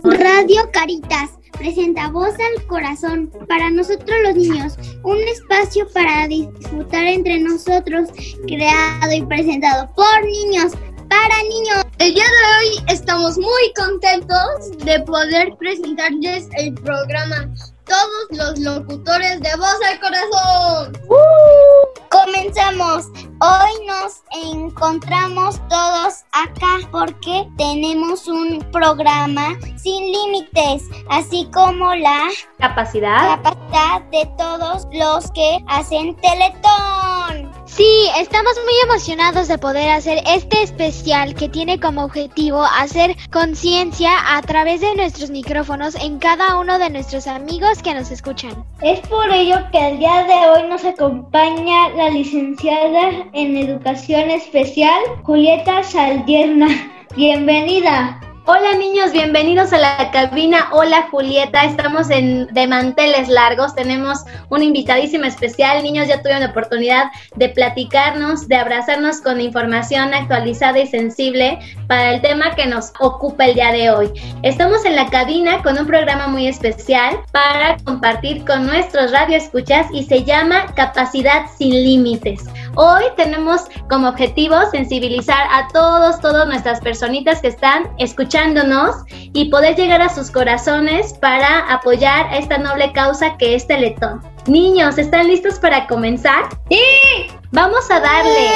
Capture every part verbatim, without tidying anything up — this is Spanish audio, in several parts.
Radio Caritas presenta Voz al Corazón para nosotros los niños, un espacio para disfrutar entre nosotros, creado y presentado por niños, para niños. El día de hoy estamos muy contentos de poder presentarles el programa Todos los locutores de Voz al Corazón. ¡Uh! Comenzamos. Hoy nos encontramos todos acá porque tenemos un programa sin límites, así como la capacidad, capacidad de todos los que hacen Teletón. Sí, estamos muy emocionados de poder hacer este especial que tiene como objetivo hacer conciencia a través de nuestros micrófonos en cada uno de nuestros amigos que nos escuchan. Es por ello que el día de hoy nos acompaña la licenciada en Educación Especial, Julieta Saldierna. Bienvenida. Hola niños, bienvenidos a la cabina. Hola Julieta, estamos en de manteles largos, tenemos una invitadísima especial. Niños, ya tuvieron la oportunidad de platicarnos, de abrazarnos con información actualizada y sensible para el tema que nos ocupa el día de hoy. Estamos en la cabina con un programa muy especial para compartir con nuestros radioescuchas y se llama Capacidad sin Límites. Hoy tenemos como objetivo sensibilizar a todos, todas nuestras personitas que están escuchando y poder llegar a sus corazones para apoyar a esta noble causa que es Teletón. Niños, ¿están listos para comenzar? ¡Sí! ¡Vamos a darle!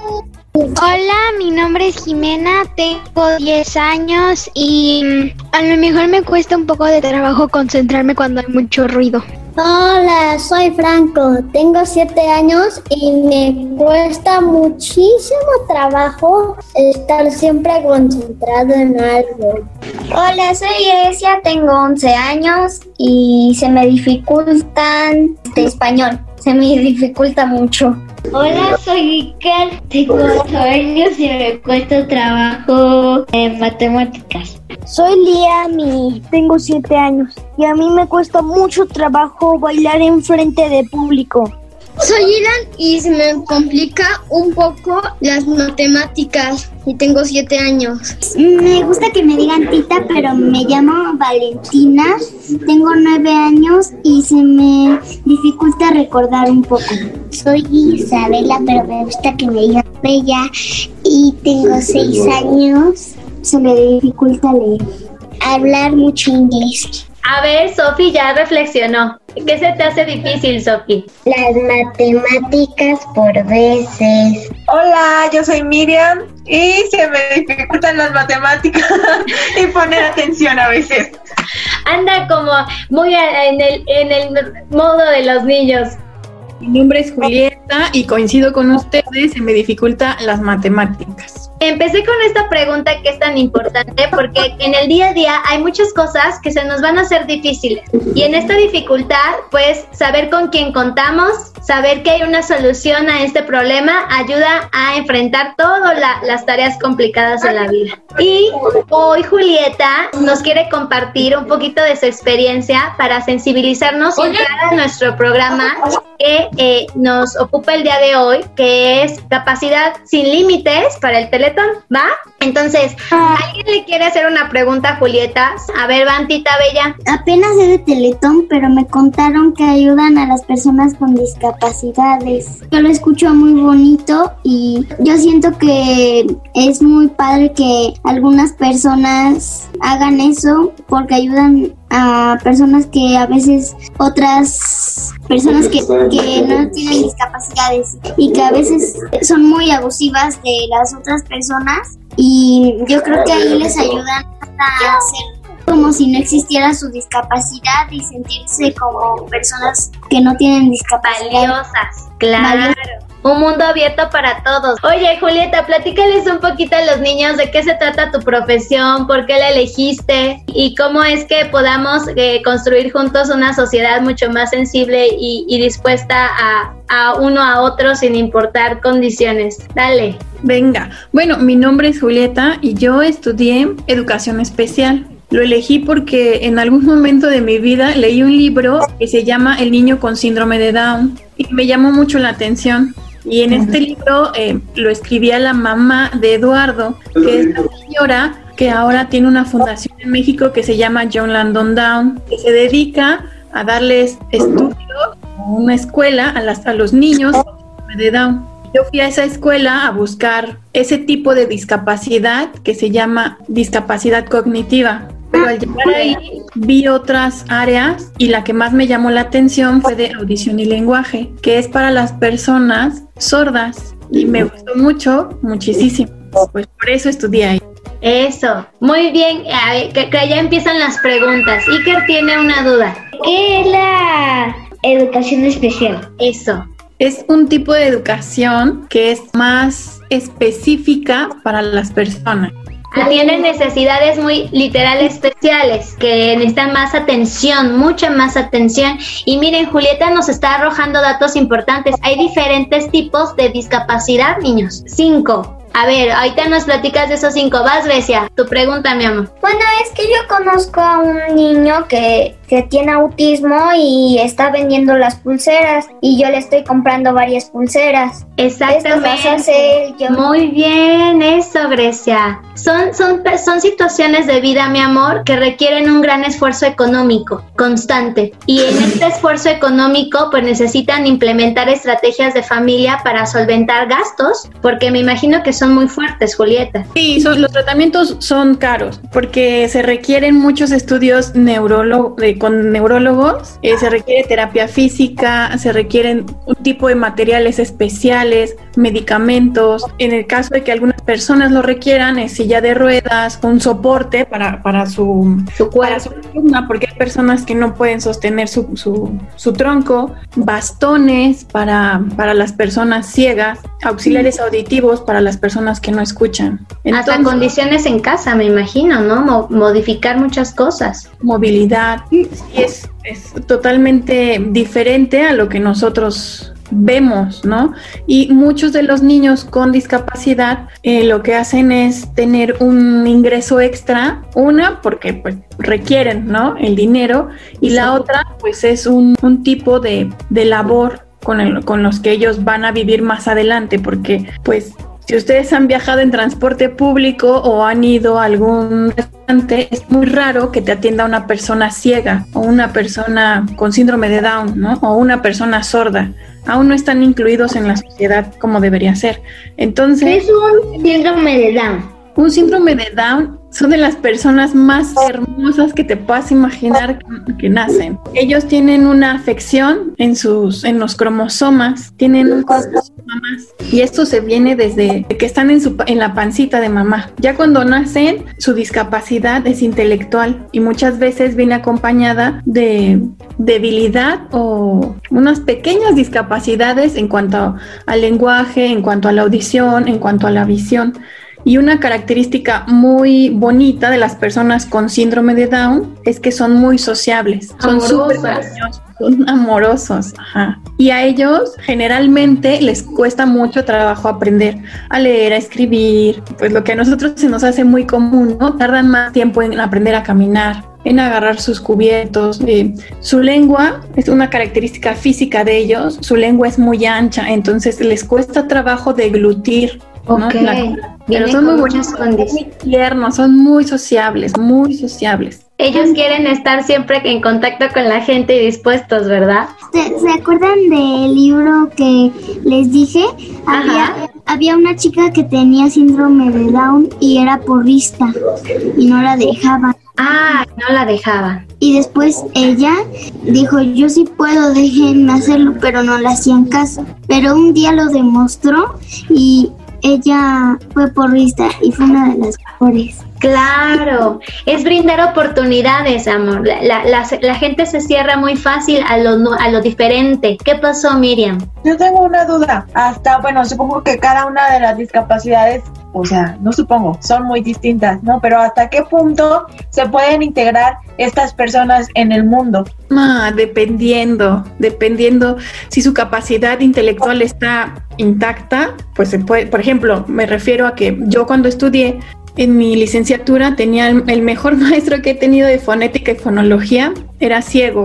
Hola, mi nombre es Jimena, tengo diez años y a lo mejor me cuesta un poco de trabajo concentrarme cuando hay mucho ruido. Hola, soy Franco, tengo siete años y me cuesta muchísimo trabajo estar siempre concentrado en algo. Hola, soy Grecia, tengo once años y se me dificultan este español, se me dificulta mucho. Hola, soy Iker, tengo ocho años y me cuesta trabajo en matemáticas. Soy Liami, tengo siete años y a mí me cuesta mucho trabajo bailar en frente de público. Soy Ilan y se me complica un poco las matemáticas y tengo siete años. Me gusta que me digan Tita, pero me llamo Valentina, tengo nueve años y se me dificulta recordar un poco. Soy Isabela, pero me gusta que me digan Bella y tengo seis años. Se me dificulta leer. Hablar mucho inglés. A ver, Sofi ya reflexionó. ¿Qué se te hace difícil, Sofi? Las matemáticas por veces. Hola, yo soy Miriam y se me dificultan las matemáticas y poner atención a veces. Anda como muy en el, en el modo de los niños. Mi nombre es Julieta y coincido con ustedes, se me dificulta las matemáticas. Empecé con esta pregunta que es tan importante porque en el día a día hay muchas cosas que se nos van a hacer difíciles y en esta dificultad, pues saber con quién contamos, saber que hay una solución a este problema ayuda a enfrentar todas la, las tareas complicadas en la vida. Y hoy Julieta nos quiere compartir un poquito de su experiencia para sensibilizarnos y entrar a nuestro programa que eh, nos ocupa el día de hoy, que es Capacidad sin Límites para el Teletón, ¿va? Entonces, ¿alguien le quiere hacer una pregunta a Julieta? A ver, Bantita Bella. Apenas sé de Teletón, pero me contaron que ayudan a las personas con discapacidades. Yo lo escucho muy bonito y yo siento que es muy padre que algunas personas hagan eso porque ayudan a personas que a veces otras personas que, que no tienen discapacidades y que a veces son muy abusivas de las otras personas y yo creo que ahí les ayudan a hacer como si no existiera su discapacidad y sentirse como personas que no tienen discapacidad. Valiosas, claro. Valiosas. Un mundo abierto para todos. Oye, Julieta, platícales un poquito a los niños de qué se trata tu profesión, por qué la elegiste y cómo es que podamos eh, construir juntos una sociedad mucho más sensible y, y dispuesta a, a uno a otro sin importar condiciones. Dale. Venga, bueno, mi nombre es Julieta y yo estudié Educación Especial. Lo elegí porque en algún momento de mi vida leí un libro que se llama El niño con síndrome de Down y me llamó mucho la atención. Y en este libro eh, lo escribía la mamá de Eduardo, que esta señora que ahora tiene una fundación en México que se llama John Langdon Down, que se dedica a darles estudios, una escuela a, las, a los niños de Down. Yo fui a esa escuela a buscar ese tipo de discapacidad que se llama discapacidad cognitiva. Pero al llegar ahí vi otras áreas y la que más me llamó la atención fue de audición y lenguaje, que es para las personas sordas, y me gustó mucho, muchísimo. Pues por eso estudié ahí. Eso, muy bien, a ver, que, que ya empiezan las preguntas. Iker tiene una duda. ¿Qué es la educación especial? Eso. Es un tipo de educación que es más específica para las personas. Tienen necesidades muy literal especiales, que necesitan más atención, mucha más atención. Y miren, Julieta nos está arrojando datos importantes. Hay diferentes tipos de discapacidad, niños. Cinco. A ver, ahorita nos platicas de esos cinco. Vas, Grecia, tu pregunta, mi amor. Bueno, es que yo conozco a un niño que, que tiene autismo y está vendiendo las pulseras y yo le estoy comprando varias pulseras. Exactamente. Esto las hace yo. Muy bien, eso, Grecia. Son, son, son situaciones de vida, mi amor, que requieren un gran esfuerzo económico, constante. Y en este esfuerzo económico, pues necesitan implementar estrategias de familia para solventar gastos, porque me imagino que son muy fuertes, Julieta. Sí, son, los tratamientos son caros porque se requieren muchos estudios neurolo- de, con neurólogos, eh, se requiere terapia física, se requieren un tipo de materiales especiales, medicamentos. En el caso de que algunas personas lo requieran, es silla de ruedas, un soporte para, para su, su para su columna, porque hay personas que no pueden sostener su, su, su tronco, bastones para, para las personas ciegas, auxiliares auditivos para las personas que no escuchan. Entonces, hasta condiciones en casa, me imagino, ¿no? Mo- modificar muchas cosas. Movilidad, y es, es totalmente diferente a lo que nosotros vemos, ¿no? Y muchos de los niños con discapacidad eh, lo que hacen es tener un ingreso extra, una porque pues requieren, ¿no?, el dinero, y la otra pues es un, un tipo de, de labor con, el, con los que ellos van a vivir más adelante, porque pues si ustedes han viajado en transporte público o han ido a algún restaurante, es muy raro que te atienda una persona ciega o una persona con síndrome de Down, ¿no? O una persona sorda. Aún no están incluidos en la sociedad como debería ser. Entonces, ¿qué es un síndrome de Down? Un síndrome de Down son de las personas más hermosas que te puedas imaginar que, que nacen. Ellos tienen una afección en sus, en los cromosomas, tienen un mamás, y esto se viene desde que están en, su, en la pancita de mamá. Ya cuando nacen, su discapacidad es intelectual y muchas veces viene acompañada de debilidad o unas pequeñas discapacidades en cuanto al lenguaje, en cuanto a la audición, en cuanto a la visión. Y una característica muy bonita de las personas con síndrome de Down es que son muy sociables, son súper cariñosos, son amorosos. Ajá. Y a ellos generalmente les cuesta mucho trabajo aprender a leer, a escribir, pues lo que a nosotros se nos hace muy común, ¿no? Tardan más tiempo en aprender a caminar, en agarrar sus cubiertos. Eh, su lengua es una característica física de ellos, su lengua es muy ancha, entonces les cuesta trabajo deglutir, ¿no? Okay. La, pero son muy bonitos, muy tiernos, son muy sociables, muy sociables. Ellos quieren estar siempre en contacto con la gente y dispuestos, ¿verdad? ¿Se, ¿se acuerdan del libro que les dije? Había, había una chica que tenía síndrome de Down y era porrista y no la dejaban. Ah, no la dejaban. Y después ella dijo, yo sí puedo, déjenme hacerlo, pero no le hacían caso. Pero un día lo demostró y ella fue porrista y fue una de las mejores. Claro, es brindar oportunidades, amor. La, la, la, la gente se cierra muy fácil a lo, a lo diferente. ¿Qué pasó, Miriam? Yo tengo una duda. Hasta, bueno, supongo que cada una de las discapacidades, o sea, no supongo, son muy distintas, ¿no? Pero ¿hasta qué punto se pueden integrar estas personas en el mundo? Ah, dependiendo, dependiendo si su capacidad intelectual está intacta, pues se puede. Por ejemplo, me refiero a que yo cuando estudié, en mi licenciatura tenía el, el mejor maestro que he tenido de fonética y fonología, era ciego.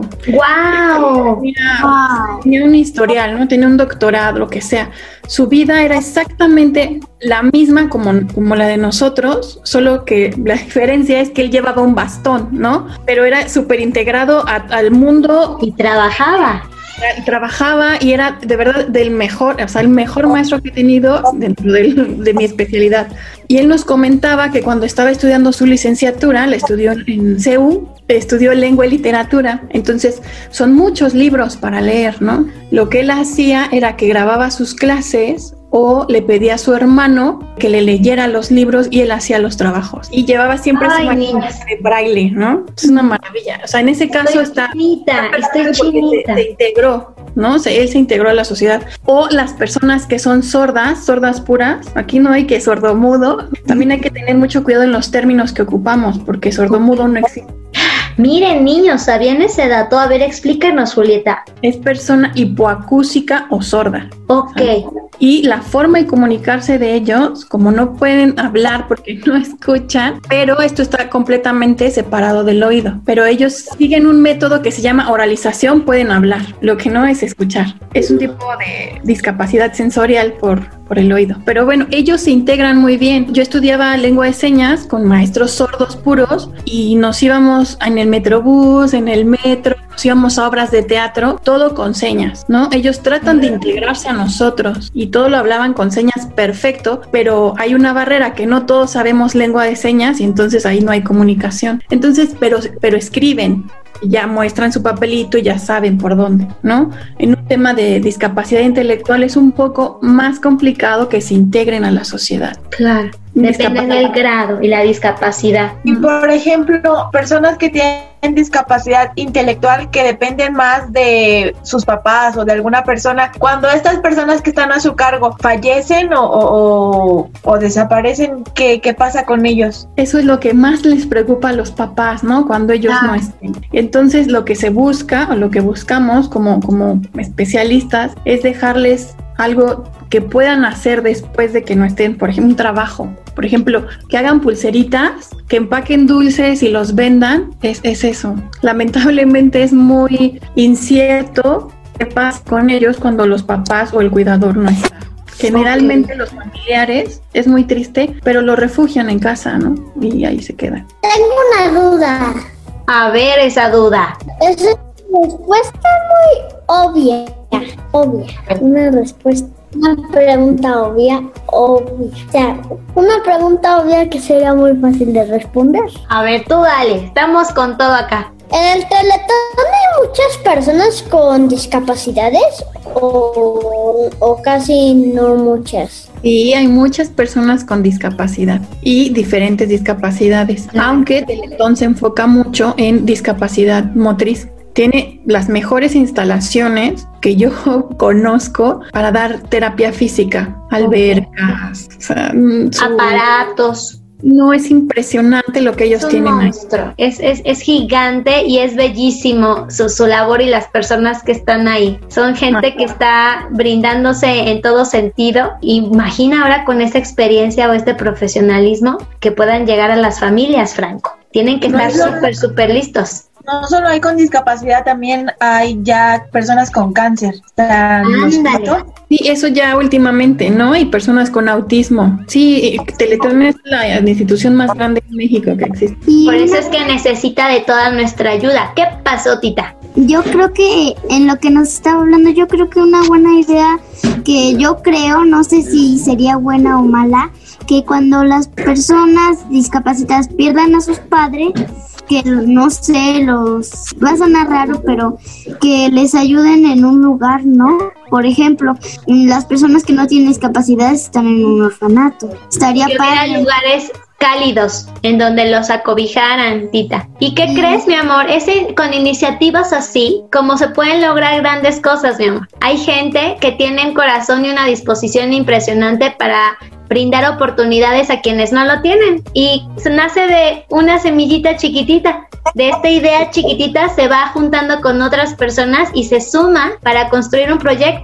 ¡Wow! Tenía, wow. tenía un historial, ¿no? Tenía un doctorado, lo que sea. Su vida era exactamente la misma como, como la de nosotros, solo que la diferencia es que él llevaba un bastón, ¿no? Pero era súper integrado a, al mundo. Y trabajaba. Trabajaba y era de verdad del mejor, o sea, el mejor maestro que he tenido dentro de, de mi especialidad. Y él nos comentaba que cuando estaba estudiando su licenciatura, la estudió en C E U, estudió lengua y literatura, entonces son muchos libros para leer, ¿no? Lo que él hacía era que grababa sus clases o le pedía a su hermano que le leyera los libros y él hacía los trabajos. Y llevaba siempre Ay, su máquina de braille, ¿no? Es una maravilla. O sea, en ese caso estoy está... Chinita, estoy chinita. Se, se integró, ¿no? O sea, él se integró a la sociedad. O las personas que son sordas, sordas puras, aquí no hay que sordomudo. También hay que tener mucho cuidado en los términos que ocupamos, porque sordomudo no existe. Miren, niños, ¿sabían ese dato? A ver, explícanos, Julieta. Es persona hipoacúsica o sorda. Ok. ¿Sabes? Y la forma de comunicarse de ellos, como no pueden hablar porque no escuchan, pero esto está completamente separado del oído. Pero ellos siguen un método que se llama oralización, pueden hablar, lo que no es escuchar. Es un tipo de discapacidad sensorial por, por el oído. Pero bueno, ellos se integran muy bien. Yo estudiaba lengua de señas con maestros sordos puros y nos íbamos en el metrobús, en el metro, nos íbamos a obras de teatro, todo con señas, ¿no? Ellos tratan de integrarse a nosotros y todo lo hablaban con señas perfecto, pero hay una barrera que no todos sabemos lengua de señas y entonces ahí no hay comunicación. Entonces, pero, pero escriben, ya muestran su papelito y ya saben por dónde, ¿no? En un tema de discapacidad intelectual es un poco más complicado que se integren a la sociedad. Claro. Depende del grado y la discapacidad. Y por ejemplo, personas que tienen discapacidad intelectual que dependen más de sus papás o de alguna persona, cuando estas personas que están a su cargo fallecen o, o, o desaparecen, ¿qué, ¿qué pasa con ellos? Eso es lo que más les preocupa a los papás, ¿no? Cuando ellos ah. no estén. Entonces, lo que se busca o lo que buscamos como, como especialistas es dejarles algo que puedan hacer después de que no estén, por ejemplo, un trabajo. Por ejemplo, que hagan pulseritas, que empaquen dulces y los vendan, es, es eso. Lamentablemente es muy incierto qué pasa con ellos cuando los papás o el cuidador no están. Generalmente okay. Los familiares, es muy triste, pero los refugian en casa, ¿no? Y ahí se quedan. Tengo una duda. A ver esa duda. Esa respuesta muy obvia. Obvia. Una respuesta. Una pregunta obvia, obvia. O sea, una pregunta obvia que sería muy fácil de responder. A ver, tú dale, estamos con todo acá. ¿En el Teletón hay muchas personas con discapacidades o, o casi no muchas? Sí, hay muchas personas con discapacidad y diferentes discapacidades, claro. Aunque Teletón se enfoca mucho en discapacidad motriz. Tiene las mejores instalaciones que yo conozco para dar terapia física, albercas, o sea, su... aparatos. No, es impresionante lo que ellos es un tienen monstruo. ahí. Es, es, es gigante y es bellísimo su, su labor y las personas que están ahí. Son gente ah, que está brindándose en todo sentido. Imagina ahora con esta experiencia o este profesionalismo que puedan llegar a las familias, Franco. Tienen que estar súper, súper listos. No solo hay con discapacidad, también hay ya personas con cáncer. Sí, eso ya últimamente, ¿no? Y personas con autismo. Sí, Teletón es la institución más grande en México que existe. Por eso es que necesita de toda nuestra ayuda. ¿Qué pasó, Tita? Yo creo que en lo que nos estaba hablando, yo creo que una buena idea que yo creo, no sé si sería buena o mala, que cuando las personas discapacitadas pierdan a sus padres, que no sé, los va a sonar raro, pero que les ayuden en un lugar, ¿no? Por ejemplo, las personas que no tienen discapacidades están en un orfanato. Estaría que padre. hubiera lugares cálidos en donde los acobijaran, Tita. ¿Y qué sí. crees, mi amor? Es con iniciativas así como se pueden lograr grandes cosas, mi amor. Hay gente que tiene un corazón y una disposición impresionante para brindar oportunidades a quienes no lo tienen, y se nace de una semillita chiquitita. De esta idea chiquitita se va juntando con otras personas y se suma para construir un proyecto.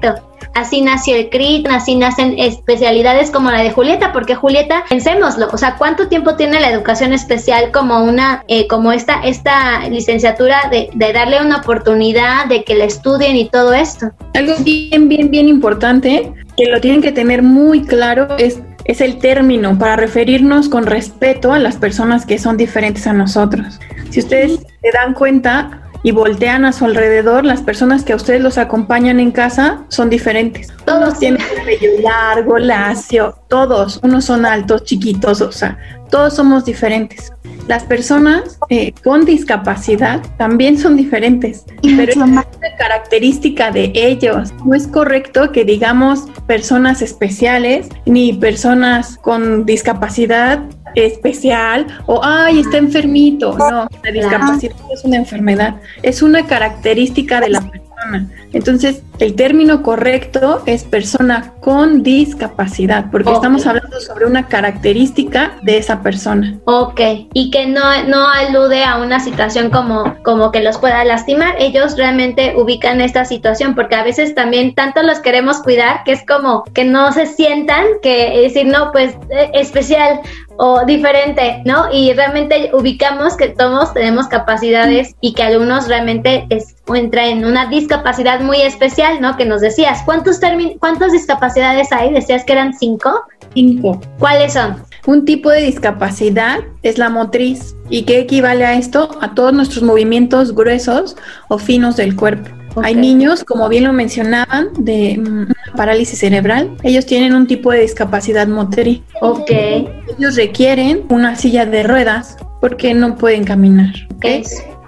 así nació el C R I T, así nacen especialidades como la de Julieta, porque Julieta, pensémoslo, o sea, ¿cuánto tiempo tiene la educación especial como una, eh, como esta, esta licenciatura de, de darle una oportunidad, de que la estudien y todo esto? Algo bien, bien, bien importante, que lo tienen que tener muy claro, es es el término para referirnos con respeto a las personas que son diferentes a nosotros. Si ustedes se dan cuenta y voltean a su alrededor, las personas que a ustedes los acompañan en casa son diferentes. Todos tienen cabello largo, lacio, todos. Unos son altos, chiquitos, o sea, todos somos diferentes. Las personas eh, con discapacidad también son diferentes, pero es una característica de ellos. No es correcto que digamos personas especiales ni personas con discapacidad especial o ¡ay, está enfermito! No, la discapacidad no es una enfermedad, es una característica de la persona. Entonces, el término correcto es persona con discapacidad, porque okay. estamos hablando sobre una característica de esa persona. Ok, y que no, no alude a una situación como, como que los pueda lastimar. Ellos realmente ubican esta situación, porque a veces también tanto los queremos cuidar que es como que no se sientan que decir, no, pues eh, especial o diferente, ¿no? Y realmente ubicamos que todos tenemos capacidades y que algunos realmente es, entran en una discapacidad muy especial, ¿no? Que nos decías, ¿cuántos términ- ¿cuántas discapacidades hay? Decías que eran cinco. Cinco. ¿Cuáles son? Un tipo de discapacidad es la motriz. ¿Y qué equivale a esto? A todos nuestros movimientos gruesos o finos del cuerpo. Okay. Hay niños, como bien lo mencionaban, de mm, parálisis cerebral. Ellos tienen un tipo de discapacidad motriz. Ok. Ellos requieren una silla de ruedas porque no pueden caminar. ¿Okay?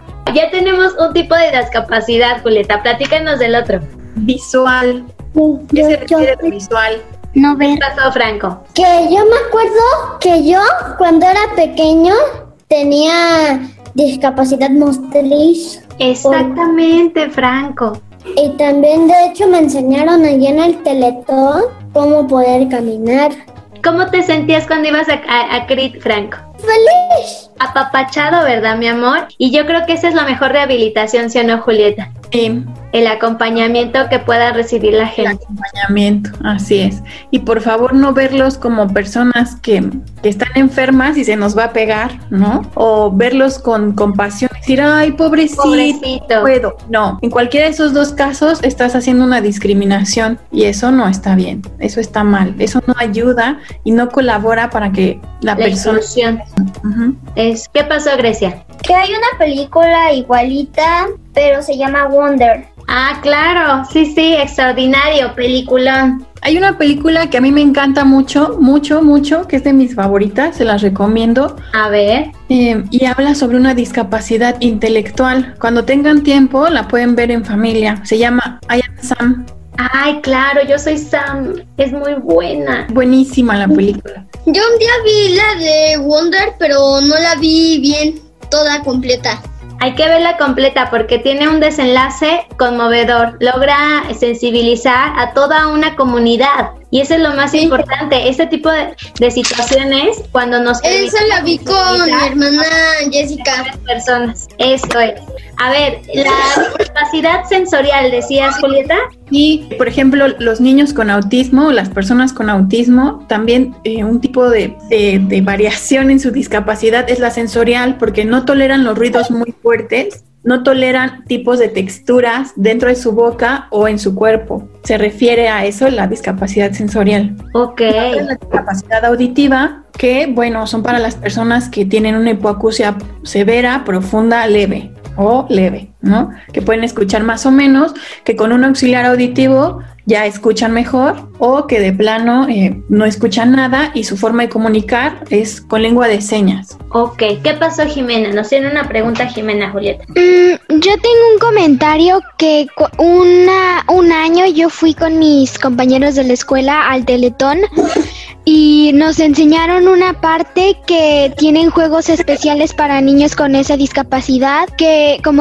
Ya tenemos un tipo de discapacidad, Julieta. Platícanos del otro. Visual. ¿Qué se refiere de visual? No ver. ¿Qué pasó, Franco? Que yo me acuerdo que yo, cuando era pequeño, tenía discapacidad motriz. Exactamente, Franco. Y también, de hecho, me enseñaron allí en el Teletón cómo poder caminar. ¿Cómo te sentías cuando ibas a, a, a C R I T, Franco? Feliz. Apapachado, ¿verdad, mi amor? Y yo creo que esa es la mejor rehabilitación, ¿sí o no, Julieta? Sí. El acompañamiento que pueda recibir la gente. El acompañamiento, así es. Y por favor no verlos como personas que, que están enfermas y se nos va a pegar, ¿no? O verlos con compasión y decir, ay, pobrecito, pobrecito. No puedo. No, en cualquiera de esos dos casos estás haciendo una discriminación y eso no está bien, eso está mal, eso no ayuda y no colabora para que la, la persona... Uh-huh. Es, ¿qué pasó, Grecia? Que hay una película igualita, pero se llama Wonder. Ah, claro, sí, sí, extraordinario, peliculón. Hay una película que a mí me encanta mucho, mucho, mucho, que es de mis favoritas, se las recomiendo. A ver. Eh, y habla sobre una discapacidad intelectual. Cuando tengan tiempo, la pueden ver en familia. Se llama I Am Sam. Ay, claro, yo soy Sam. Es muy buena. Buenísima la película. Yo un día vi la de Wonder, pero no la vi bien, toda completa. Hay que verla completa porque tiene un desenlace conmovedor. Logra sensibilizar a toda una comunidad. Y eso es lo más sí. importante. Este tipo de, de situaciones, cuando nos... Esa la vi con mi hermana Jessica. Personas. Eso es. A ver, la discapacidad sensorial, decías, Julieta. Y, por ejemplo, los niños con autismo, las personas con autismo, también eh, un tipo de, de, de variación en su discapacidad es la sensorial, porque no toleran los ruidos muy fuertes, no toleran tipos de texturas dentro de su boca o en su cuerpo. Se refiere a eso la discapacidad sensorial. Ok. La discapacidad auditiva, que, bueno, son para las personas que tienen una hipoacusia severa, profunda, leve. O leve, ¿no? Que pueden escuchar más o menos, que con un auxiliar auditivo ya escuchan mejor o que de plano eh, no escuchan nada y su forma de comunicar es con lengua de señas. Ok, ¿qué pasó, Jimena? Nos tiene una pregunta Jimena, Julieta. Mm, yo tengo un comentario que una, un año yo fui con mis compañeros de la escuela al Teletón y nos enseñaron una parte que tienen juegos especiales para niños con esa discapacidad, que como están a,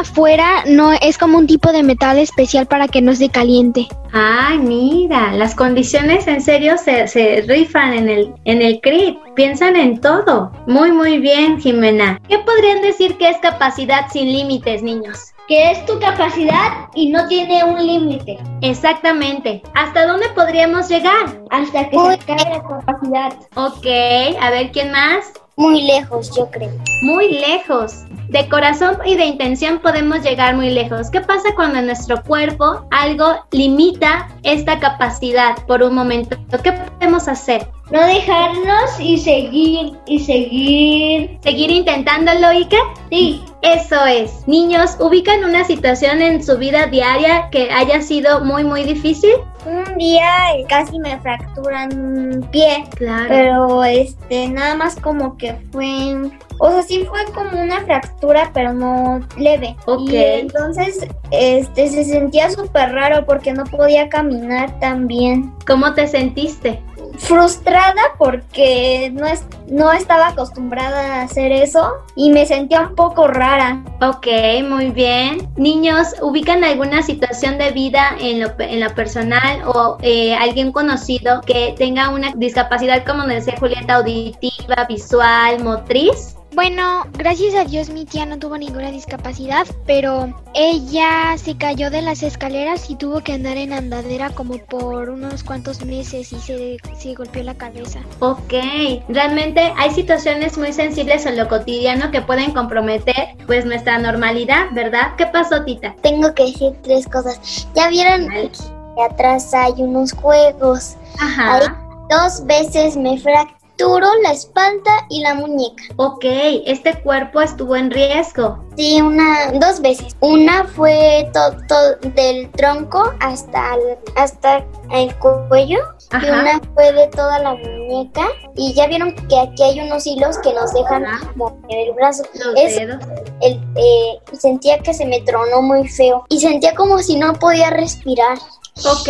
afuera no es como un tipo de metal especial para que no se caliente. Ay, mira, las condiciones en serio se, se rifan en el, en el C R I T, piensan en todo. Muy, muy bien, Jimena. ¿Qué podrían decir que es capacidad sin límites, niños? Que es tu capacidad y no tiene un límite. Exactamente. ¿Hasta dónde podríamos llegar? Hasta que se acabe la capacidad. Ok, a ver, ¿quién más? Muy lejos, yo creo. Muy lejos. De corazón y de intención podemos llegar muy lejos. ¿Qué pasa cuando en nuestro cuerpo algo limita esta capacidad por un momento? ¿Qué podemos hacer? No dejarnos y seguir, y seguir. ¿Seguir intentándolo, Ike? Sí. Eso es. Niños, ¿ubican una situación en su vida diaria que haya sido muy, muy difícil? Un día casi me fracturan un pie, Claro. pero este nada más como que fue, o sea, sí fue como una fractura, pero no leve. Ok. Y entonces este se sentía súper raro porque no podía caminar tan bien. ¿Cómo te sentiste? Frustrada porque no, es, no estaba acostumbrada a hacer eso y me sentía un poco rara. Ok, muy bien. Niños, ¿ubican alguna situación de vida en lo, en lo personal o eh, alguien conocido que tenga una discapacidad, como decía Julieta, auditiva, visual, motriz? Bueno, gracias a Dios mi tía no tuvo ninguna discapacidad, pero ella se cayó de las escaleras y tuvo que andar en andadera como por unos cuantos meses y se, se golpeó la cabeza. Ok, realmente hay situaciones muy sensibles en lo cotidiano que pueden comprometer pues nuestra normalidad, ¿verdad? ¿Qué pasó, Tita? Tengo que decir tres cosas. ¿Ya vieron Vale. que atrás hay unos juegos? Ajá. Ahí dos veces me fracturó la espalda y la muñeca. Ok, este cuerpo estuvo en riesgo. Sí, una, dos veces. Una fue todo to, del tronco hasta el, hasta el cuello. Ajá. Y una fue de toda la muñeca. Y ya vieron que aquí hay unos hilos que nos dejan Ajá. mover el brazo. Los Es, dedos. el, eh, sentía que se me tronó muy feo. Y sentía como si no podía respirar. Ok.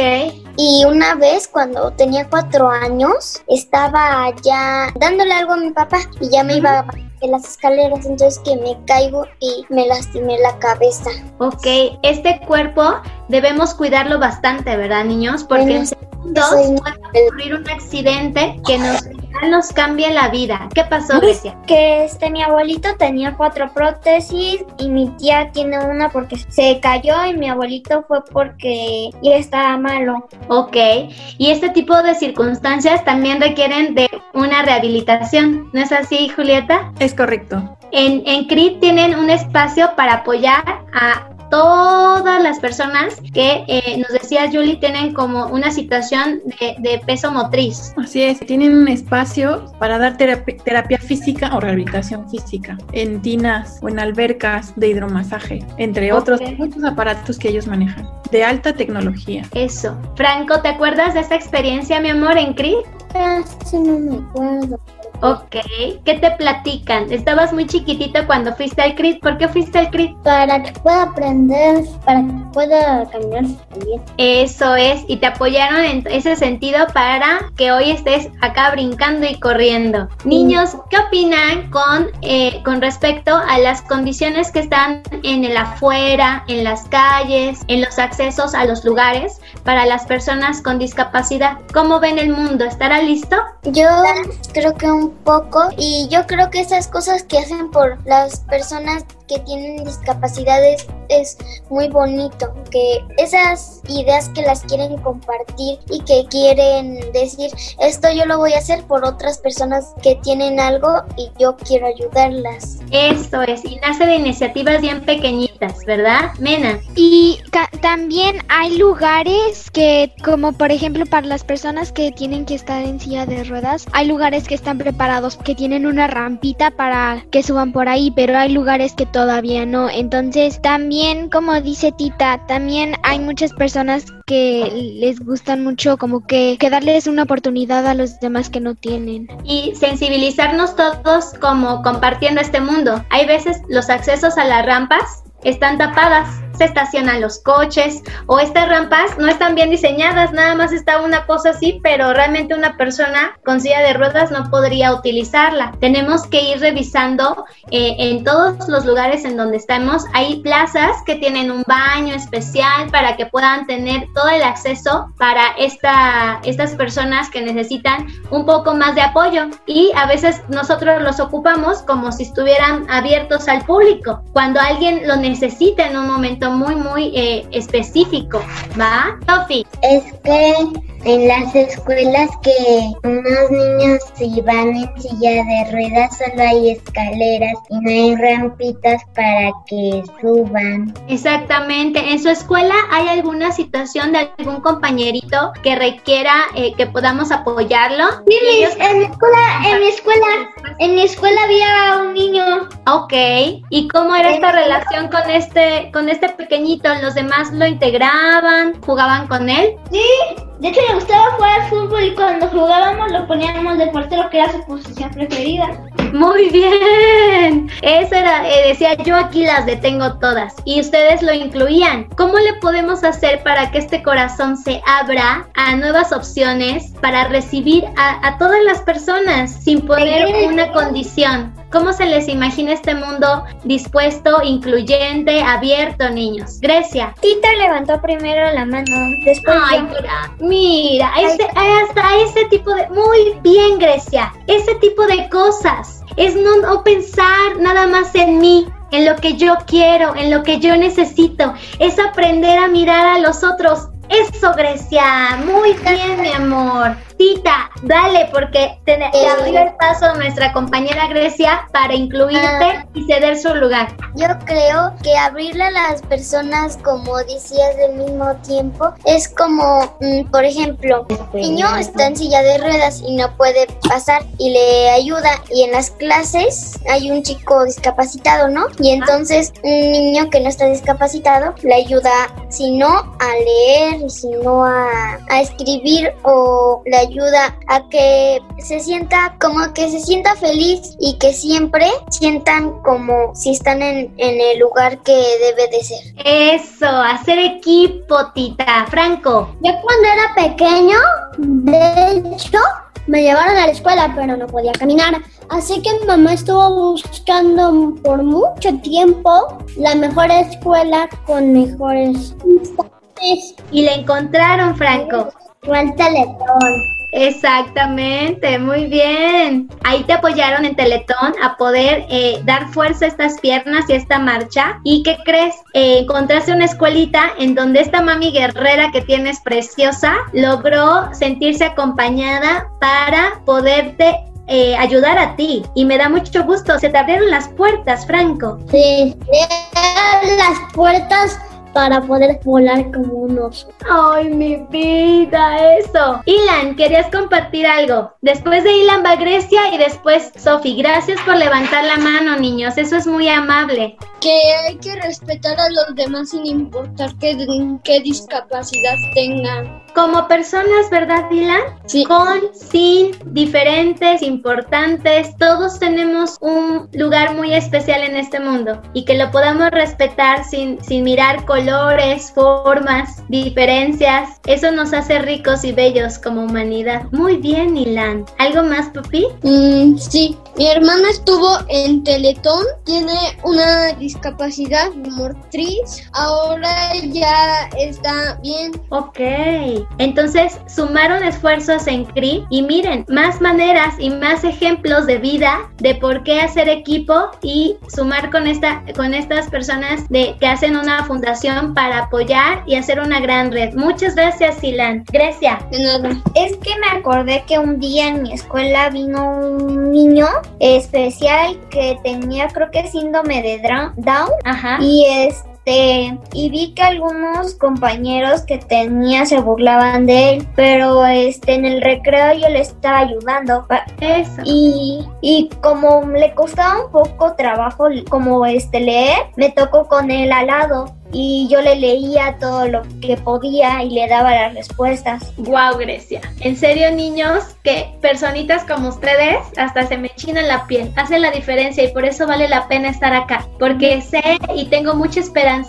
Y una vez cuando tenía cuatro años estaba ya dándole algo a mi papá y ya me iba a bajar de las escaleras, entonces que me caigo y me lastimé la cabeza. Ok, este cuerpo debemos cuidarlo bastante, ¿verdad, niños? Porque Bueno, en segundos soy- puede ocurrir un accidente que nos, nos cambie la vida. ¿Qué pasó, Grecia? Que este mi abuelito tenía cuatro prótesis y mi tía tiene una porque se cayó y mi abuelito fue porque ya estaba malo. Ok, y este tipo de circunstancias también requieren de una rehabilitación, ¿no es así, Julieta? Es correcto. En, en C R I T tienen un espacio para apoyar a todas las personas que, eh, nos decía Julie, tienen como una situación de, de peso motriz. Así es, tienen un espacio para dar terapia, terapia física o rehabilitación física en tinas o en albercas de hidromasaje, entre Ok. otros muchos aparatos que ellos manejan, de alta tecnología. Eso. Franco, ¿te acuerdas de esa experiencia, mi amor, en C R I T? Casi no me acuerdo. Ok. ¿Qué te platican? Estabas muy chiquitito cuando fuiste al C R I T. ¿Por qué fuiste al C R I T? Para que pueda aprender, para que pueda caminar también. Eso es. Y te apoyaron en ese sentido para que hoy estés acá brincando y corriendo. Niños, ¿qué opinan con, eh, con respecto a las condiciones que están en el afuera, en las calles, en los accesos a los lugares para las personas con discapacidad? ¿Cómo ven el mundo? ¿Estará listo? Yo creo que un poco, y yo creo que esas cosas que hacen por las personas que tienen discapacidades es muy bonito, que esas ideas que las quieren compartir y que quieren decir, esto yo lo voy a hacer por otras personas que tienen algo y yo quiero ayudarlas. Eso es, y nace de iniciativas bien pequeñitas, ¿verdad, Mena? Y ca- también hay lugares que, como por ejemplo para las personas que tienen que estar en silla de ruedas, hay lugares que están preparados, que tienen una rampita para que suban por ahí, pero hay lugares que todavía no. Entonces también, como dice Tita, también hay muchas personas que les gustan mucho como que, que darles una oportunidad a los demás que no tienen. Y sensibilizarnos todos como compartiendo este mundo. Hay veces los accesos a las rampas están tapadas se estacionan los coches, o estas rampas no están bien diseñadas, nada más está una cosa así, pero realmente una persona con silla de ruedas no podría utilizarla. Tenemos que ir revisando eh, en todos los lugares en donde estamos. Hay plazas que tienen un baño especial para que puedan tener todo el acceso para esta, estas personas que necesitan un poco más de apoyo, y a veces nosotros los ocupamos como si estuvieran abiertos al público, cuando alguien lo necesita en un momento muy muy eh, específico, ¿va? Sofi. Es que en las escuelas que unos niños si van en silla de ruedas solo hay escaleras y no hay rampitas para que suban. Exactamente. ¿En su escuela hay alguna situación de algún compañerito que requiera eh, que podamos apoyarlo? Sí, mis, en mi escuela, en mi escuela, en mi escuela había un niño. Ok. ¿Y cómo era esta relación con este, con este pequeñito? ¿Los demás lo integraban? ¿Jugaban con él? Sí. De hecho, le gustaba jugar al fútbol y cuando jugábamos lo poníamos de portero, que era su posición preferida. Muy bien. Eso era, eh, decía yo, aquí las detengo todas. Y ustedes lo incluían. ¿Cómo le podemos hacer para que este corazón se abra a nuevas opciones para recibir a, a todas las personas sin poner una condición? ¿Cómo se les imagina este mundo dispuesto, incluyente, abierto, niños? Grecia. Tita levantó primero la mano, después Ay, yo. mira, mira, ese, hasta ese tipo de... Muy bien, Grecia. Ese tipo de cosas. Es no, no pensar nada más en mí, en lo que yo quiero, en lo que yo necesito. Es aprender a mirar a los otros. Eso, Grecia. Muy bien, mi amor. Tita, dale, porque te, te abrió el paso nuestra compañera Grecia para incluirte ah, y ceder su lugar. Yo creo que abrirle a las personas, como decías, del mismo tiempo, es como, mmm, por ejemplo, un niño está en silla de ruedas y no puede pasar y le ayuda, y en las clases hay un chico discapacitado, ¿no? Y entonces un niño que no está discapacitado le ayuda, si no a leer, si no a, a escribir, o le ayuda a que se sienta como que se sienta feliz y que siempre sientan como si están en, en el lugar que debe de ser. Eso, hacer equipo, Tita. Franco. Yo cuando era pequeño, de hecho, me llevaron a la escuela, pero no podía caminar. Así que mi mamá estuvo buscando por mucho tiempo la mejor escuela con mejores instancias. Y le encontraron, Franco. Fue el Teletón. Exactamente, muy bien. Ahí te apoyaron en Teletón a poder eh, dar fuerza a estas piernas y a esta marcha. ¿Y qué crees? Eh, encontraste una escuelita en donde esta mami guerrera que tienes preciosa logró sentirse acompañada para poderte Eh, ayudar a ti, y me da mucho gusto. Se te abrieron las puertas, Franco. Sí, las puertas para poder volar como un oso. ¡Ay, mi vida! Eso. Ilan, ¿querías compartir algo? Después de Ilan va Grecia y después Sofi. Gracias por levantar la mano, niños. Eso es muy amable. Que hay que respetar a los demás sin importar qué, qué discapacidad tengan. Como personas, ¿verdad, Ilan? Sí. Con, sin, diferentes, importantes, todos tenemos un lugar muy especial en este mundo, y que lo podamos respetar sin, sin mirar colores, formas, diferencias. Eso nos hace ricos y bellos como humanidad. Muy bien, Ilan. ¿Algo más, papi? Mm, sí. Mi hermana estuvo en Teletón, tiene una discapacidad motriz, ahora ya está bien. Ok. Entonces sumaron esfuerzos en C R I, y miren, más maneras y más ejemplos de vida de por qué hacer equipo y sumar con esta con estas personas de que hacen una fundación para apoyar y hacer una gran red. Muchas gracias, Ilan. Grecia. De nada. Es que me acordé que un día en mi escuela vino un niño especial que tenía, creo que síndrome de Down. Ajá. Y este y vi que algunos compañeros que tenía se burlaban de él, pero este en el recreo yo le estaba ayudando. Eso. Y, y como le costaba un poco trabajo como este leer, me tocó con él al lado. Y yo le leía todo lo que podía y le daba las respuestas. Wow, Grecia. En serio, niños, que personitas como ustedes hasta se me enchina la piel. Hacen la diferencia, y por eso vale la pena estar acá. Porque sé y tengo mucha esperanza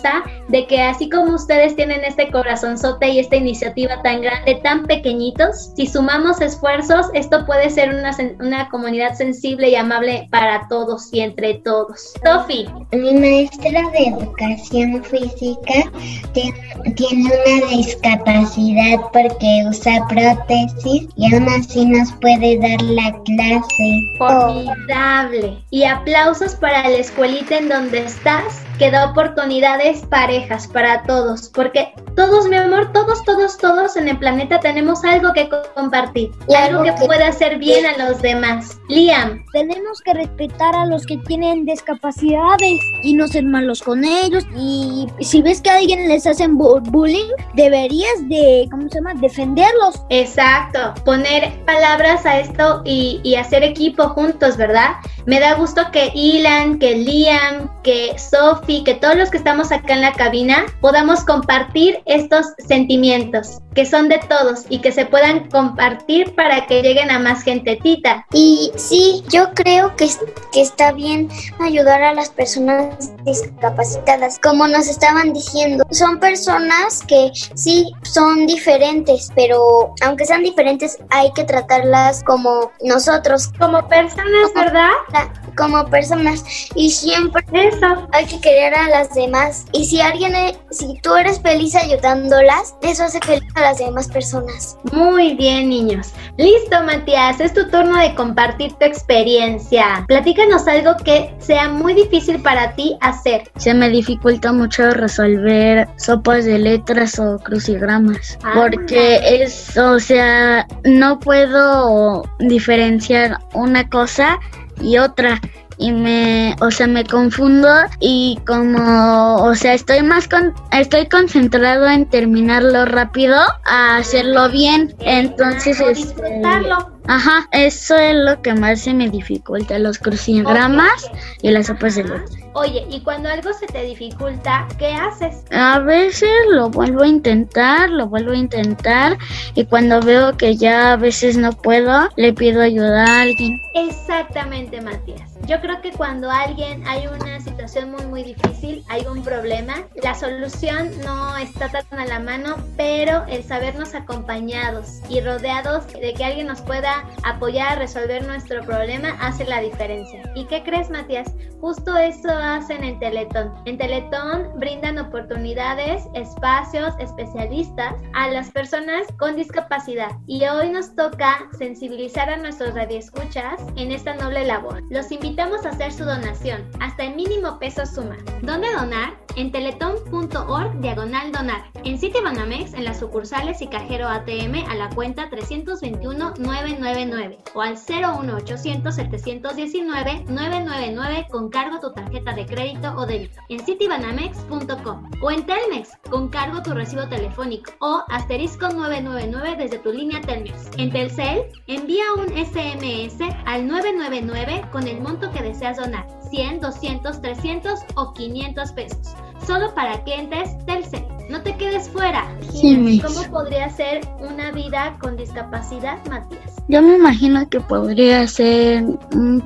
de que así como ustedes tienen este corazonzote y esta iniciativa tan grande, tan pequeñitos, si sumamos esfuerzos, esto puede ser una, una comunidad sensible y amable para todos y entre todos. Sofi. Mi maestra de educación física tiene, tiene una discapacidad porque usa prótesis y aún así nos puede dar la clase. Formidable. Y aplausos para la escuelita en donde estás, que da oportunidades parejas para todos, porque todos, mi amor, todos, todos, todos en el planeta tenemos algo que compartir, y algo que puede hacer bien a los demás. Liam. Tenemos que respetar a los que tienen discapacidades y no ser malos con ellos, y si ves que a alguien les hacen bu- bullying, deberías de, ¿cómo se llama?, defenderlos. Exacto, poner palabras a esto y, y hacer equipo juntos, ¿verdad? Me da gusto que Ilan, que Liam, que Sofi, que todos los que estamos acá en la cabina podamos compartir estos sentimientos que son de todos y que se puedan compartir para que lleguen a más gentetita. Y sí, yo creo que, que está bien ayudar a las personas discapacitadas. Como nos estaban diciendo, son personas que sí son diferentes, pero aunque sean diferentes hay que tratarlas como nosotros. Como personas, como, ¿verdad? Como personas. Y siempre eso hay que querer a las demás. Y si alguien, es, si tú eres feliz ayudándolas, eso hace feliz a las demás personas. Muy bien, niños. Listo, Matías, es tu turno de compartir tu experiencia. Platícanos algo que sea muy difícil para ti hacer. Se me dificulta mucho resolver sopas de letras o crucigramas, ah, porque es, o sea, no puedo diferenciar una cosa y otra. Y me, o sea, me confundo y como, o sea, estoy más con, estoy concentrado en terminarlo rápido a hacerlo bien, entonces este, ajá, eso es lo que más se me dificulta, los crucigramas okay. y las sopas de letras. Oye, y cuando algo se te dificulta, ¿qué haces? A veces lo vuelvo a intentar, lo vuelvo a intentar y cuando veo que ya a veces no puedo, le pido ayuda a alguien. Exactamente, Matías. Yo creo que cuando alguien hay una situación muy muy difícil, hay un problema, la solución no está tan a la mano, pero el sabernos acompañados y rodeados de que alguien nos pueda apoyar a resolver nuestro problema hace la diferencia. ¿Y qué crees, Matías? Justo eso hacen en Teletón. En Teletón brindan oportunidades, espacios, especialistas a las personas con discapacidad. Y hoy nos toca sensibilizar a nuestros radioescuchas en esta noble labor. Los invitamos a hacer su donación. Hasta el mínimo peso suma. ¿Dónde donar? En teletón punto org diagonal donar. En Citibanamex, en las sucursales y cajero A T M a la cuenta tres dos uno, nueve nueve nueve o al cero uno ochocientos, setecientos diecinueve, nueve nueve nueve con cargo tu tarjeta de crédito o débito. En citibanamex punto com o en Telmex con cargo tu recibo telefónico o asterisco nueve nueve nueve desde tu línea Telmex. En Telcel, envía un S M S al nueve nueve nueve con el monto que deseas donar, cien, doscientos, trescientos o quinientos pesos. Solo para clientes Telcel. No te quedes fuera. Sí, ¿Cómo podría ser una vida con discapacidad, Matías? Yo me imagino que podría ser un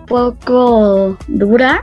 poco dura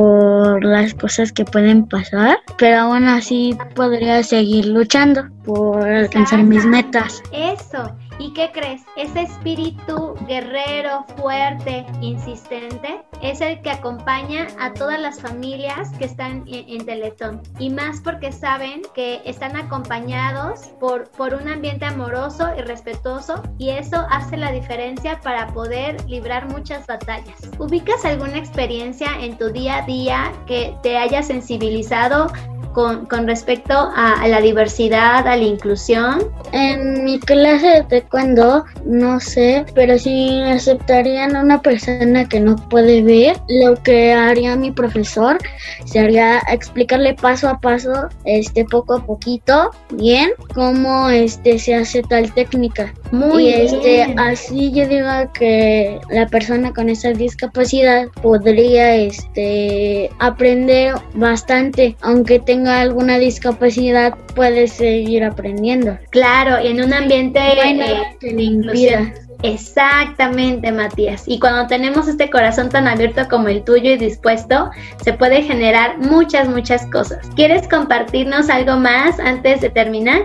por las cosas que pueden pasar, pero aún así podría seguir luchando por alcanzar mis metas. Eso. ¿Y qué crees? Ese espíritu guerrero, fuerte, insistente, es el que acompaña a todas las familias que están en, en Teletón. Y más porque saben que están acompañados por, por un ambiente amoroso y respetuoso, y eso hace la diferencia para poder librar muchas batallas. ¿Ubicas alguna experiencia en tu día a día que te haya sensibilizado Con, con respecto a, a la diversidad, a la inclusión? En mi clase de taekwondo, no sé, pero si aceptarían a una persona que no puede ver, lo que haría mi profesor sería explicarle paso a paso, este, poco a poquito, bien, cómo este se hace tal técnica. Muy y este, bien. Así yo digo que la persona con esa discapacidad podría este aprender bastante, aunque tenga alguna discapacidad, puede seguir aprendiendo. Claro, en un ambiente bueno, eh, que le impida. Exactamente, Matías. Y cuando tenemos este corazón tan abierto como el tuyo y dispuesto, se puede generar muchas, muchas cosas. ¿Quieres compartirnos algo más antes de terminar?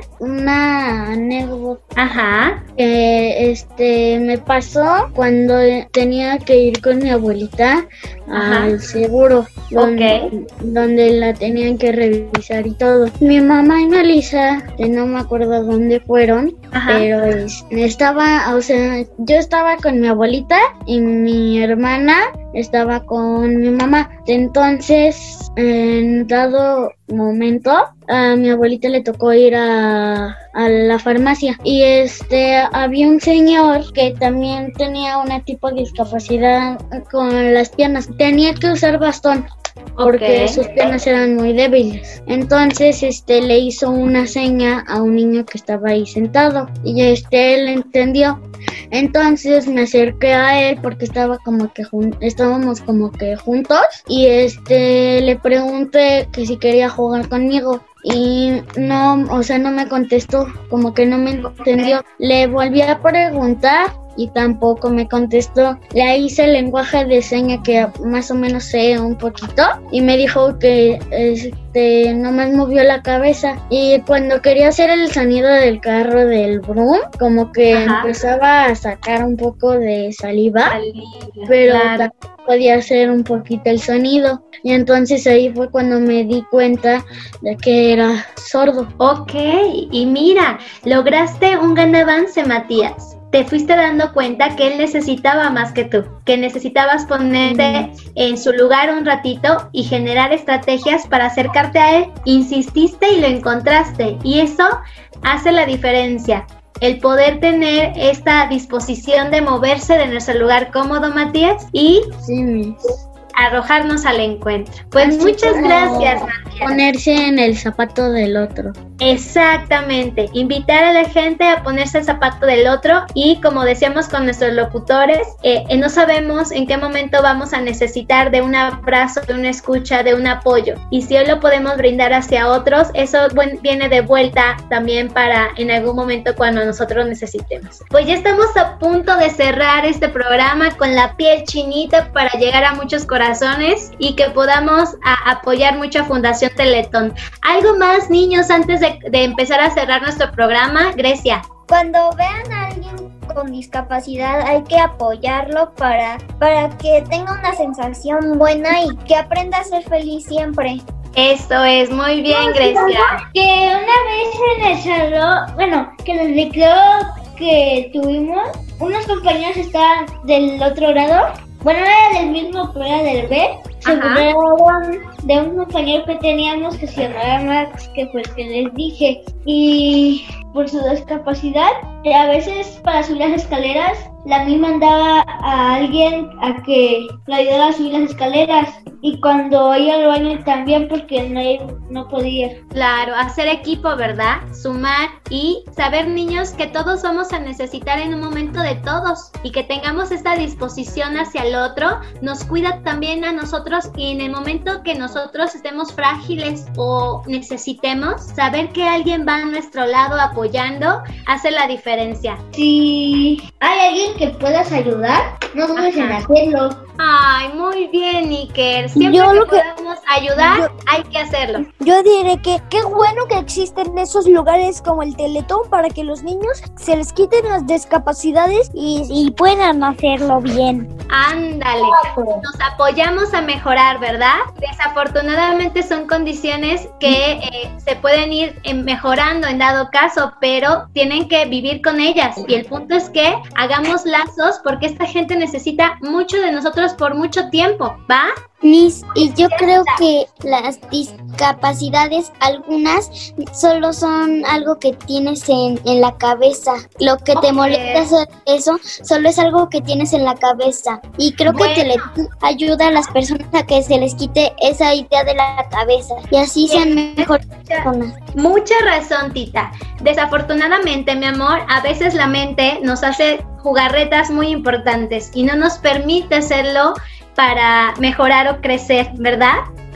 Una anécdota. Ajá. Que este me pasó cuando tenía que ir con mi abuelita Ajá. al seguro, donde, okay. donde la tenían que revisar y todo. Mi mamá y Melissa, que no me acuerdo dónde fueron, Ajá. pero es, estaba, o sea, yo estaba con mi abuelita y mi hermana estaba con mi mamá. Entonces, en dado momento, a mi abuelita le tocó ir a, a la farmacia y este había un señor que también tenía una tipo de discapacidad con las piernas. Tenía que usar bastón porque okay. sus piernas eran muy débiles. Entonces, este le hizo una seña a un niño que estaba ahí sentado y este él entendió. Entonces me acerqué a él porque estaba como que jun- estábamos como que juntos y este le pregunté que si quería jugar conmigo. Y no, o sea, no me contestó, como que no me entendió. Le volví a preguntar y tampoco me contestó. Le hice el lenguaje de señas que más o menos sé un poquito y me dijo que este nomás movió la cabeza. Y cuando quería hacer el sonido del carro del brum, como que Ajá. empezaba a sacar un poco de saliva, saliva pero claro. también podía hacer un poquito el sonido. Y entonces ahí fue cuando me di cuenta de que era sordo. Ok, y mira, lograste un gran avance, Matías. Te fuiste dando cuenta que él necesitaba más que tú, que necesitabas ponerte en su lugar un ratito y generar estrategias para acercarte a él. Insististe y lo encontraste, y eso hace la diferencia. El poder tener esta disposición de moverse de nuestro lugar cómodo, Matías, y sí. arrojarnos al encuentro. Pues Así muchas gracias, Matías. Ponerse en el zapato del otro. Exactamente, invitar a la gente a ponerse el zapato del otro y como decíamos con nuestros locutores, eh, eh, no sabemos en qué momento vamos a necesitar de un abrazo, de una escucha, de un apoyo, y si hoy lo podemos brindar hacia otros, eso bueno, viene de vuelta también para en algún momento cuando nosotros necesitemos. Pues ya estamos a punto de cerrar este programa con la piel chinita para llegar a muchos corazones y que podamos a, apoyar mucho a Fundación Teletón. ¿Algo más, niños, antes de De, de empezar a cerrar nuestro programa? Grecia. Cuando vean a alguien con discapacidad hay que apoyarlo para, para que tenga una sensación buena y que aprenda a ser feliz siempre. Eso es, muy bien, Grecia. Que una vez en el salón, bueno, que en el recreo que tuvimos, unos compañeros estaban del otro grado, bueno, era del mismo, pero era del B. Se burlaron de un compañero que teníamos que se llamaba Max, que fue el que les dije. Y por su discapacidad, a veces para subir las escaleras, la misma mandaba a alguien a que le ayudara a subir las escaleras. Y cuando iba al baño también, porque no, no podía. Claro, hacer equipo, ¿verdad? Sumar y saber, niños, que todos vamos a necesitar en un momento de todos y que tengamos esta disposición hacia el otro, nos cuida también a nosotros y en el momento que nosotros estemos frágiles o necesitemos, saber que alguien va a nuestro lado apoyando hace la diferencia. Si hay alguien que puedas ayudar, no dudes en hacerlo. Ay, muy bien, Iker. Siempre yo que, que podamos ayudar, yo, hay que hacerlo. Yo diré que qué bueno que existen esos lugares como el Teletón para que los niños se les quiten las discapacidades y, y puedan hacerlo bien. Ándale, nos apoyamos a mejorar, ¿verdad? Desafortunadamente son condiciones que eh, se pueden ir eh, mejorando en dado caso, pero tienen que vivir con ellas. Y el punto es que hagamos lazos porque esta gente necesita mucho de nosotros por mucho tiempo, ¿va? Liz, y yo creo que las discapacidades, algunas, solo son algo que tienes en, en la cabeza. Lo que okay. te molesta eso, solo es algo que tienes en la cabeza. Y creo bueno. que Teletón ayuda a las personas a que se les quite esa idea de la cabeza y así sean mejores personas. Mucha razón, Tita. Desafortunadamente, mi amor, a veces la mente nos hace jugarretas muy importantes y no nos permite hacerlo para mejorar o crecer, ¿verdad?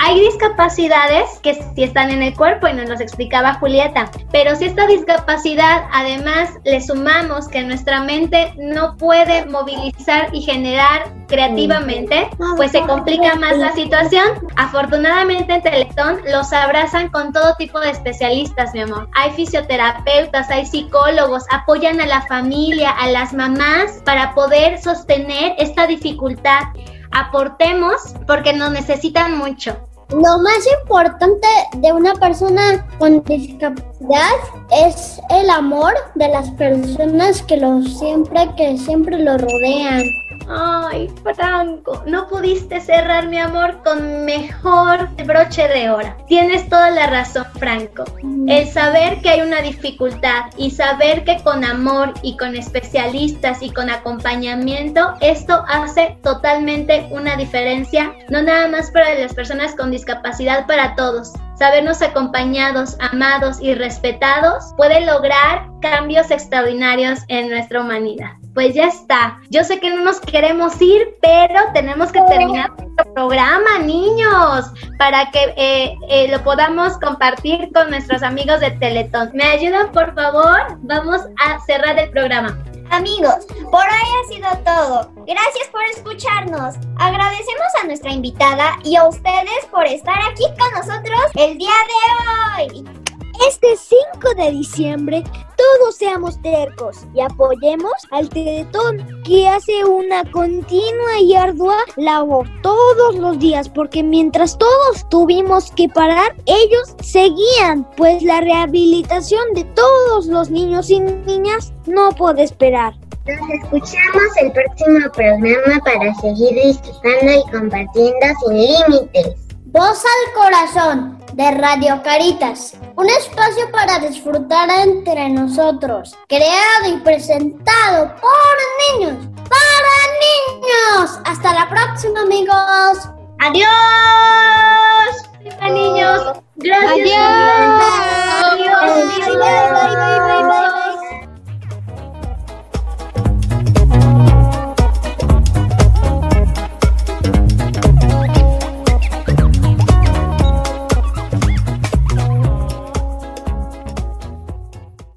Hay discapacidades que sí están en el cuerpo y nos los explicaba Julieta, pero si esta discapacidad además le sumamos que nuestra mente no puede movilizar y generar creativamente, pues se complica más la situación. Afortunadamente en Teletón los abrazan con todo tipo de especialistas, mi amor. Hay fisioterapeutas, hay psicólogos, apoyan a la familia, a las mamás para poder sostener esta dificultad. Aportemos porque nos necesitan mucho. Lo más importante de una persona con discapacidad es el amor de las personas que lo siempre que siempre lo rodean. Ay, Franco, no pudiste cerrar, mi amor, con mejor broche de oro. Tienes toda la razón, Franco. El saber que hay una dificultad y saber que con amor y con especialistas y con acompañamiento, esto hace totalmente una diferencia, no nada más para las personas con discapacidad, para todos. Sabernos acompañados, amados y respetados puede lograr cambios extraordinarios en nuestra humanidad. Pues ya está. Yo sé que no nos queremos ir, pero tenemos que terminar nuestro programa, niños, para que eh, eh, lo podamos compartir con nuestros amigos de Teletón. ¿Me ayudan, por favor? Vamos a cerrar el programa. Amigos, por hoy ha sido todo. Gracias por escucharnos. Agradecemos a nuestra invitada y a ustedes por estar aquí con nosotros el día de hoy. Este cinco de diciembre todos seamos tercos y apoyemos al Teletón, que hace una continua y ardua labor todos los días, porque mientras todos tuvimos que parar, ellos seguían, pues la rehabilitación de todos los niños y niñas no puede esperar. Nos escuchamos el próximo programa para seguir disfrutando y compartiendo sin límites. Voz al Corazón, de Radio Caritas, un espacio para disfrutar entre nosotros, creado y presentado por niños, para niños. Hasta la próxima, amigos. ¡Adiós!